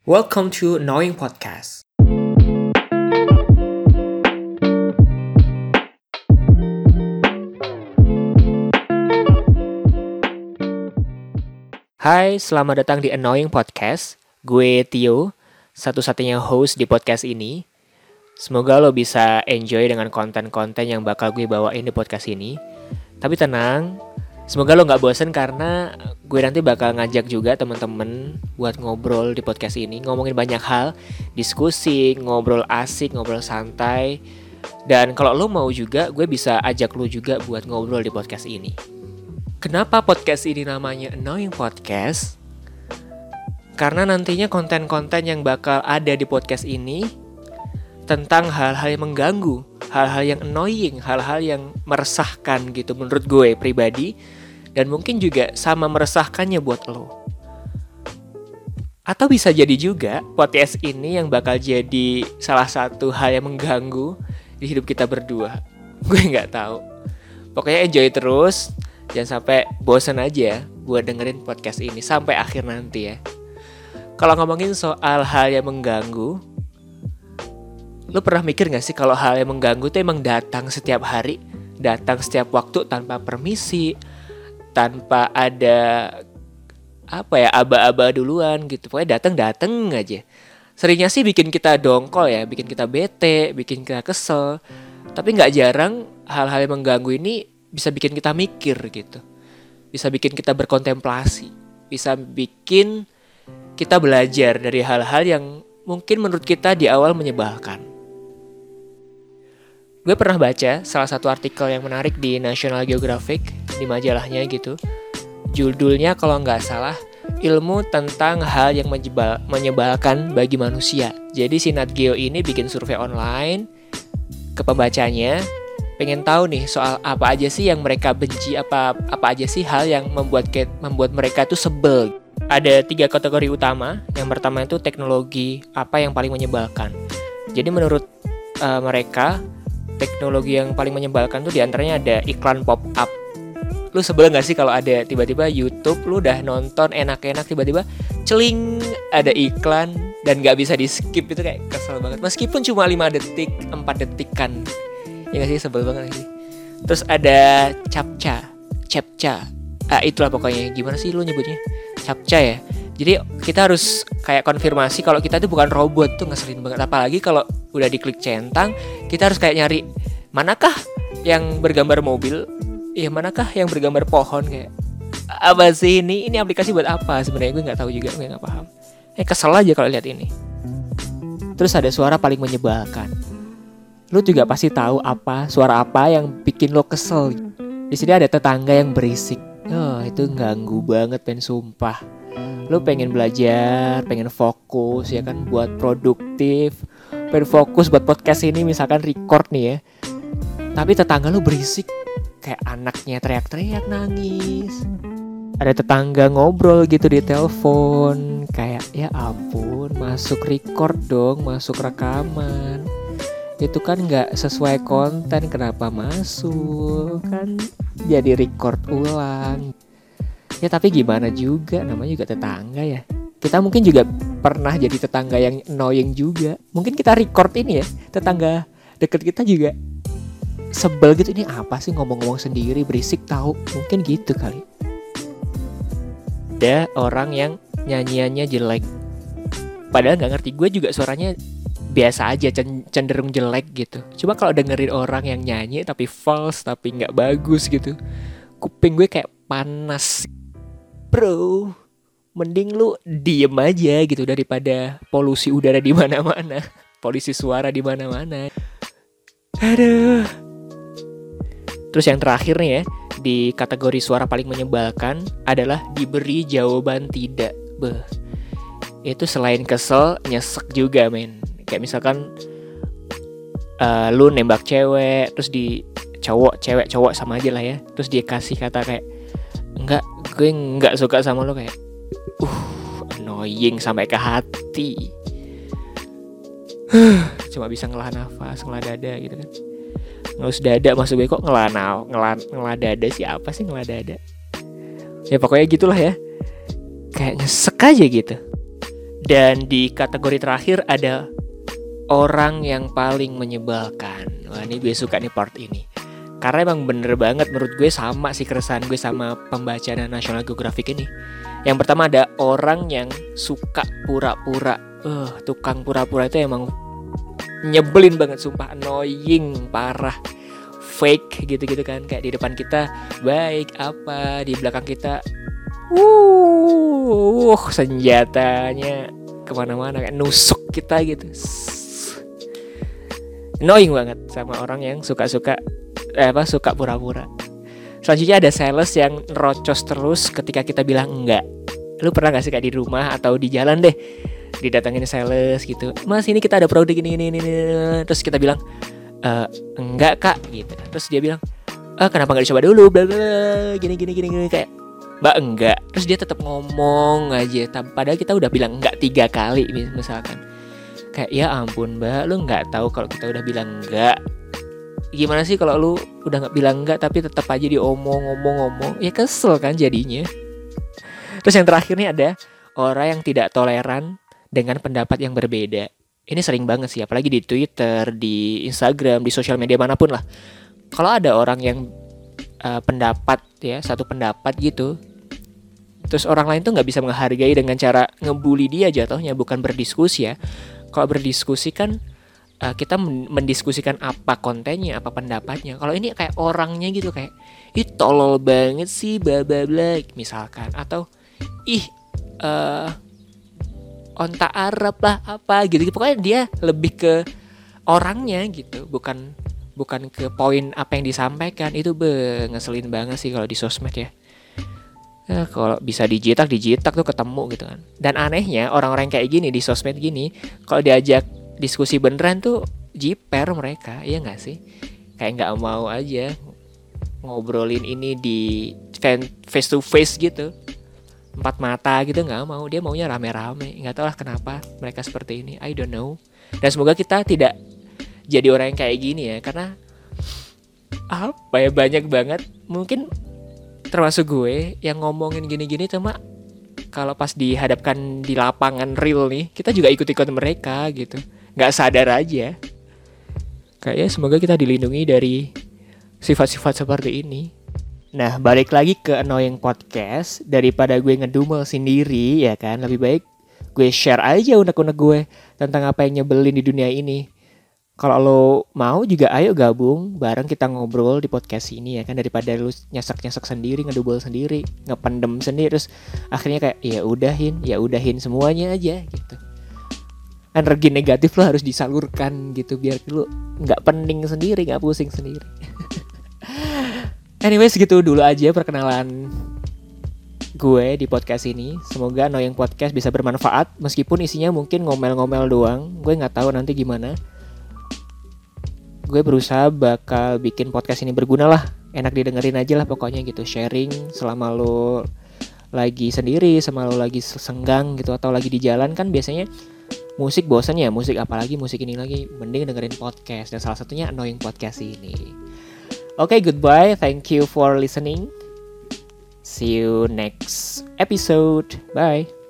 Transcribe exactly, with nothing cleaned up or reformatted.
Welcome to Knowing Podcast. Hai, selamat datang di Knowing Podcast. Gue Tio, satu-satunya host di podcast ini. Semoga lo bisa enjoy dengan konten-konten yang bakal gue bawain di podcast ini. Tapi tenang, semoga lo gak bosen karena gue nanti bakal ngajak juga temen-temen buat ngobrol di podcast ini. Ngomongin banyak hal, diskusi, ngobrol asik, ngobrol santai. Dan kalau lo mau juga, gue bisa ajak lo juga buat ngobrol di podcast ini. Kenapa podcast ini namanya Knowing Podcast? Karena nantinya konten-konten yang bakal ada di podcast ini tentang hal-hal yang mengganggu, hal-hal yang annoying, hal-hal yang meresahkan gitu menurut gue pribadi. Dan mungkin juga sama meresahkannya buat lo. Atau bisa jadi juga podcast ini yang bakal jadi salah satu hal yang mengganggu di hidup kita berdua. Gue gak tahu. Pokoknya enjoy terus. Jangan sampai bosan aja buat dengerin podcast ini sampai akhir nanti ya. Kalau ngomongin soal hal yang mengganggu, lo pernah mikir gak sih kalau hal yang mengganggu itu emang datang setiap hari, datang setiap waktu tanpa permisi, tanpa ada apa ya aba-aba duluan gitu. Pokoknya datang-datang aja. Seringnya sih bikin kita dongkol ya, bikin kita bete, bikin kita kesel. Tapi nggak jarang hal-hal yang mengganggu ini bisa bikin kita mikir gitu. Bisa bikin kita berkontemplasi. Bisa bikin kita belajar dari hal-hal yang mungkin menurut kita di awal menyebalkan. Gue pernah baca salah satu artikel yang menarik di National Geographic, di majalahnya gitu. Judulnya kalau nggak salah, ilmu tentang hal yang menjebal, menyebalkan bagi manusia. Jadi si Nat Geo ini bikin survei online ke pembacanya, pengen tahu nih soal apa aja sih yang mereka benci, apa apa aja sih hal yang membuat membuat mereka tuh sebel. Ada tiga kategori utama. Yang pertama itu teknologi, apa yang paling menyebalkan. Jadi menurut uh, mereka teknologi yang paling menyebalkan tuh diantaranya ada iklan pop up. Lu sebel gak sih kalau ada tiba-tiba YouTube lu udah nonton enak-enak tiba-tiba celing ada iklan dan gak bisa di skip, itu kayak kesel banget. Meskipun cuma lima detik, empat detikan. Ya gak sih, sebel banget sih. Terus ada captcha, captcha. Ah itulah pokoknya, gimana sih lu nyebutnya? Captcha ya. Jadi kita harus kayak konfirmasi kalau kita tuh bukan robot, tuh ngeselin banget. Apalagi kalau udah diklik centang, kita harus kayak nyari manakah yang bergambar mobil, ya manakah yang bergambar pohon, kayak apa sih ini? Ini aplikasi buat apa? Sebenarnya gue nggak tahu juga, gue nggak paham. Eh kesel aja kalau lihat ini. Terus ada suara paling menyebalkan. Lu juga pasti tahu apa suara apa yang bikin lo kesel. Di sini ada tetangga yang berisik. Oh itu ganggu banget, pen sumpah. Lu pengen belajar, pengen fokus ya kan, buat produktif, pengen fokus buat podcast ini misalkan record nih ya. Tapi tetangga lu berisik, kayak anaknya teriak-teriak nangis. Ada tetangga ngobrol gitu di telepon, kayak ya ampun, masuk record dong, masuk rekaman. Itu kan gak sesuai konten, kenapa masuk? Kan jadi record ulang. Ya tapi gimana juga, namanya juga tetangga ya. Kita mungkin juga pernah jadi tetangga yang annoying juga. Mungkin kita record ini ya, tetangga deket kita juga sebel gitu. Ini apa sih ngomong-ngomong sendiri, berisik tahu. Mungkin gitu kali. Ada orang yang nyanyiannya jelek, padahal gak ngerti. Gue juga suaranya biasa aja, cenderung jelek gitu. Cuma kalau dengerin orang yang nyanyi tapi false, tapi gak bagus gitu, kuping gue kayak panas. Bro, mending lu diem aja gitu daripada polusi udara di mana-mana, polusi suara di mana-mana. Aduh. Terus yang terakhir nih ya, di kategori suara paling menyebalkan adalah diberi jawaban tidak. Beh, itu selain kesel, nyesek juga men. Kayak misalkan uh, lu nembak cewek, terus di cowok, cewek, cowok sama aja lah ya. Terus dia kasih kata kayak, enggak, gue enggak suka sama lu, kayak uh, annoying sampai ke hati. Cuma bisa ngelah nafas, ngelah dada gitu kan. Ngelus dada, maksud gue kok ngelah, ngelah, ngelah dada sih, apa sih ngelah dada? Ya pokoknya gitulah ya. Kayak nyesek aja gitu. Dan di kategori terakhir ada orang yang paling menyebalkan. Wah, ini gue suka nih part ini. Karena emang bener banget menurut gue sama sih keresahan gue sama pembaca National Geographic ini. Yang pertama ada orang yang suka pura-pura. Uh, tukang pura-pura itu emang nyebelin banget, sumpah annoying, parah. Fake gitu-gitu kan. Kayak di depan kita baik apa, di belakang kita Wuh, senjatanya kemana-mana kayak nusuk kita gitu. Annoying banget sama orang yang suka-suka eh, apa suka pura-pura. Selanjutnya ada sales yang nerocos terus ketika kita bilang enggak. Lu pernah gak sih kayak di rumah atau di jalan deh didatengin sales gitu, Mas ini kita ada produk ini ini ini, ini. Terus kita bilang e, enggak kak gitu. Terus dia bilang e, kenapa gak dicoba dulu bla bla gini gini gini gini kayak mbak enggak. Terus dia tetap ngomong aja padahal kita udah bilang enggak tiga kali misalkan. Kayak ya ampun mbak, lu nggak tahu kalau kita udah bilang enggak. Gimana sih kalau lu udah nggak bilang enggak tapi tetap aja diomong-omong-omong, ya kesel kan jadinya. Terus yang terakhir nih ada orang yang tidak toleran dengan pendapat yang berbeda. Ini sering banget sih, apalagi di Twitter, di Instagram, di sosial media manapun lah. Kalau ada orang yang uh, pendapat ya satu pendapat gitu, terus orang lain tuh nggak bisa menghargai dengan cara ngebully dia jatuhnya, bukan berdiskusi ya. Kalau berdiskusi kan uh, kita mendiskusikan apa kontennya, apa pendapatnya. Kalau ini kayak orangnya gitu, kayak ih tolol banget sih bla bla bla misalkan, atau ih uh, onta Arab lah apa gitu. Pokoknya dia lebih ke orangnya gitu, bukan bukan ke poin apa yang disampaikan. Itu be ngeselin banget sih kalau di sosmed ya. Nah, kalau bisa dijitak dijitak tuh ketemu gitu kan. Dan anehnya orang-orang kayak gini di sosmed gini, kalau diajak diskusi beneran tuh jiper mereka, iya nggak sih? Kayak nggak mau aja ngobrolin ini di face to face gitu, empat mata gitu, nggak mau. Dia maunya rame-rame. Nggak tahu lah kenapa mereka seperti ini. I don't know. Dan semoga kita tidak jadi orang yang kayak gini ya, karena apa ya, banyak banget mungkin termasuk gue yang ngomongin gini-gini, cuma kalau pas dihadapkan di lapangan real nih, kita juga ikut-ikut mereka gitu, nggak sadar aja. Kayaknya semoga kita dilindungi dari sifat-sifat seperti ini. Nah, balik lagi ke Annoying Podcast, daripada gue ngedumel sendiri ya kan, lebih baik gue share aja unek-unek gue tentang apa yang nyebelin di dunia ini. Kalau lo mau juga ayo gabung bareng kita ngobrol di podcast ini ya kan, daripada lu nyasak-nyasak sendiri, ngedubel sendiri, ngependem sendiri, terus akhirnya kayak ya udahin, ya udahin semuanya aja gitu. Energi negatif lo harus disalurkan gitu biar lu nggak pening sendiri, nggak pusing sendiri. Anyway, segitu dulu aja perkenalan gue di podcast ini. Semoga Annoying Podcast bisa bermanfaat meskipun isinya mungkin ngomel-ngomel doang. Gue nggak tahu nanti gimana. Gue berusaha bakal bikin podcast ini berguna lah, enak didengerin aja lah pokoknya gitu. Sharing selama lo lagi sendiri, sama lo lagi senggang gitu, atau lagi di jalan kan biasanya musik bosan ya, musik apalagi musik ini lagi, mending dengerin podcast. Dan salah satunya Annoying Podcast ini. Oke, okay, goodbye, thank you for listening. See you next episode, bye.